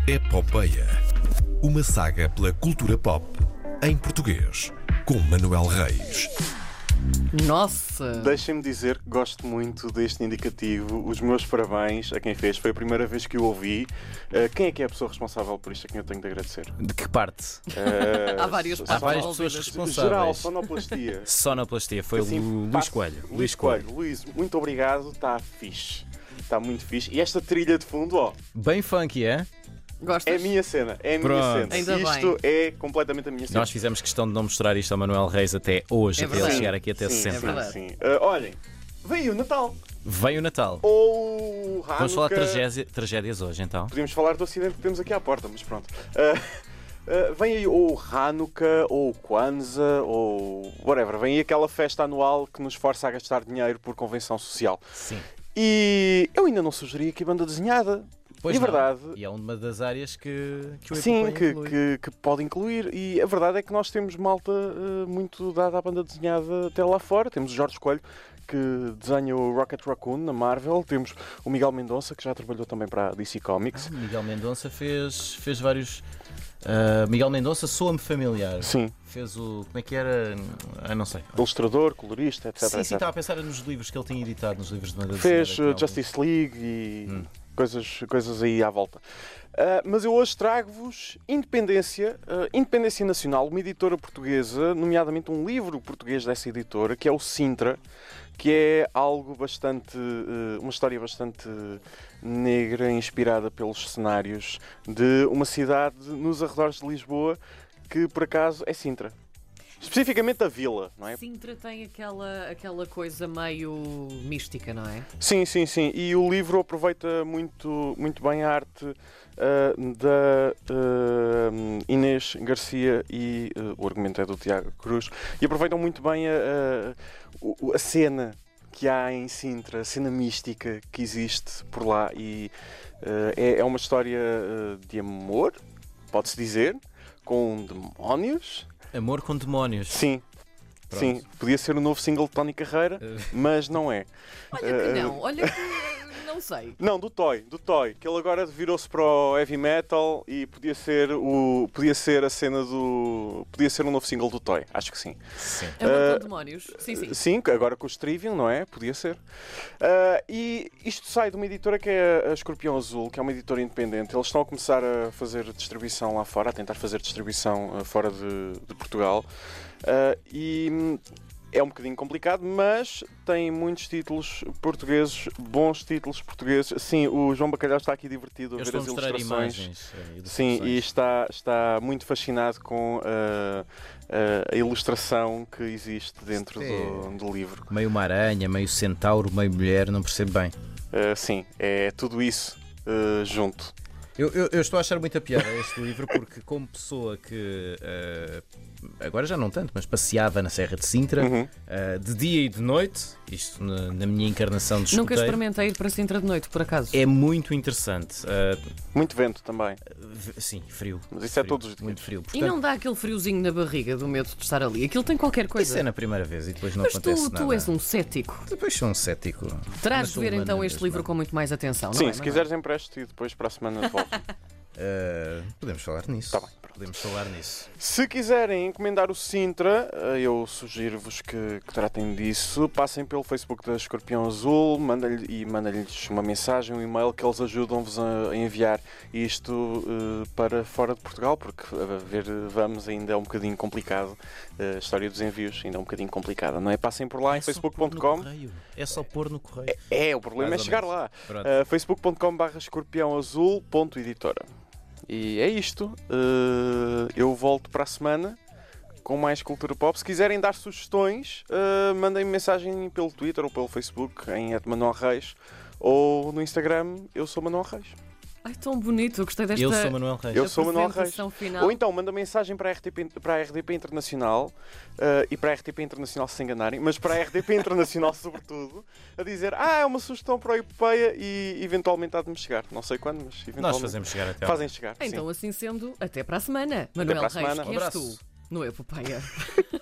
Epopeia. Uma saga pela cultura pop em português, com Manuel Reis. Nossa! Deixem-me dizer que gosto muito deste indicativo. Os meus parabéns a quem fez. Foi a primeira vez que o ouvi. Quem é que é a pessoa responsável por isto a quem eu tenho de agradecer? De que parte? Há várias Há várias pessoas responsáveis. Geral, sonoplastia. Sonoplastia, foi Assim, o Luís Coelho. Luís Coelho. Luís, muito obrigado. Está fixe. Está muito fixe. E esta trilha de fundo, ó. Bem funky, é? Gostas? É a minha cena. É a minha Pronto. cena. Ainda Isto bem. é completamente a minha cena. Nós fizemos questão de não mostrar isto ao Manuel Reis até hoje, É até ele verdade. chegar aqui até sim, 60. É verdade. Sim. Olhem, veio o Natal. Vem o Natal. Ou Hanukkah. Vamos falar de tragédias hoje, então. Podíamos falar do acidente que temos aqui à porta, mas pronto. Vem aí ou Hanukkah, ou Kwanzaa, ou whatever. Vem aí aquela festa anual que nos força a gastar dinheiro por convenção social. Sim. E eu ainda não sugeri aqui banda desenhada. Pois E não. verdade. E é uma das áreas que o Sim, Epopeia inclui. que pode incluir. E a verdade é que nós temos malta muito dada à banda desenhada até lá fora. Temos o Jorge Coelho, que desenha o Rocket Raccoon na Marvel. Temos o Miguel Mendonça, que já trabalhou também para a DC Comics. Miguel Mendonça fez vários... Miguel Mendonça soa-me familiar. Sim, Fez o... Como é que era? Não sei. ilustrador, colorista, etc. Sim, etc. estava a pensar nos livros que ele tinha editado, nos livros de banda Fez desenhada, que Justice League e coisas aí à volta. Mas eu hoje trago-vos Independência Nacional, uma editora portuguesa, nomeadamente um livro português dessa editora, que é o Sintra, que é algo bastante, uma história bastante negra, inspirada pelos cenários de uma cidade nos arredores de Lisboa, que por acaso é Sintra. Especificamente a vila, não é? Sintra tem aquela coisa meio mística, não é? Sim. E o livro aproveita muito bem a arte da Inês Garcia e o argumento é do Tiago Cruz. E aproveitam muito bem a cena que há em Sintra, a cena mística que existe por lá. E é uma história de amor, pode-se dizer, com demónios. Amor com demónios. Sim. Pronto. Sim, podia ser o novo single de Tony Carreira, mas não é. Olha que não, olha que não sei. Não, do Toy, que ele agora virou-se para o heavy metal e podia ser a cena do. Podia ser um novo single do Toy, acho que sim. Sim. Amor com demónios. Sim. Sim, agora com os Trivium, não é? Podia ser. E isto sai de uma editora que é a Escorpião Azul, que é uma editora independente. Eles estão a começar a fazer distribuição lá fora, a tentar fazer distribuição fora de Portugal. E é um bocadinho complicado, mas tem muitos títulos portugueses, bons títulos portugueses. Sim, o João Bacalhau está aqui divertido a Eu ver estou as a mostrar ilustrações. imagens. Sim, e está muito fascinado com a ilustração que existe dentro do livro. Meio uma aranha, meio centauro, meio mulher, não percebo bem. Sim, é tudo isso junto. Eu estou a achar muita piada este livro porque, como pessoa que agora já não tanto, mas passeava na Serra de Sintra de dia e de noite, isto na minha encarnação de Nunca escoteiro, experimentei ir para Sintra de noite, por acaso. é muito interessante. Muito vento também. Sim, frio. Mas isso é Frio, todos os dias. muito frio. E Portanto, não dá aquele friozinho na barriga do medo de estar ali? Aquilo tem qualquer coisa. isso é na primeira vez e depois não Mas acontece nada. tu és um cético. Depois sou um cético. Terás Mas de sou ver humano então na este mesma. livro com muito mais atenção, não Sim, é? se Manuel? quiseres empresto e depois para a semana volto. Podemos falar nisso. Tá bem, pronto. Podemos falar nisso. Se quiserem encomendar o Sintra, eu sugiro-vos que tratem disso. Passem pelo Facebook da Escorpião Azul, mandem-lhes uma mensagem, um e-mail, que eles ajudam-vos a enviar isto para fora de Portugal, porque vamos ainda é um bocadinho complicado. A história dos envios ainda é um bocadinho complicada, não é? Passem por lá em facebook.com. É só pôr no correio. O problema é Mais ou chegar menos. lá. Pronto. facebook.com/escorpiãoazul.editora. E é isto. Eu volto para a semana com mais cultura pop. Se quiserem dar sugestões, mandem-me mensagem pelo Twitter ou pelo Facebook em @manuelreis ou no Instagram. Eu sou Manuel Reis. Ai, tão bonito, eu gostei desta Eu sou Manuel Reis. Eu sou Manuel Reis. apresentação final. Ou então manda mensagem para a RDP Internacional e para a RTP Internacional se enganarem, mas para a RDP Internacional sobretudo, a dizer é uma sugestão para a Epopeia e eventualmente há de me chegar. Não sei quando, mas eventualmente Nós fazemos chegar até ao... fazem chegar. Então, sim. assim sendo, até para a semana. Manuel para a Reis, semana. quem Um és abraço. tu? No Epopeia.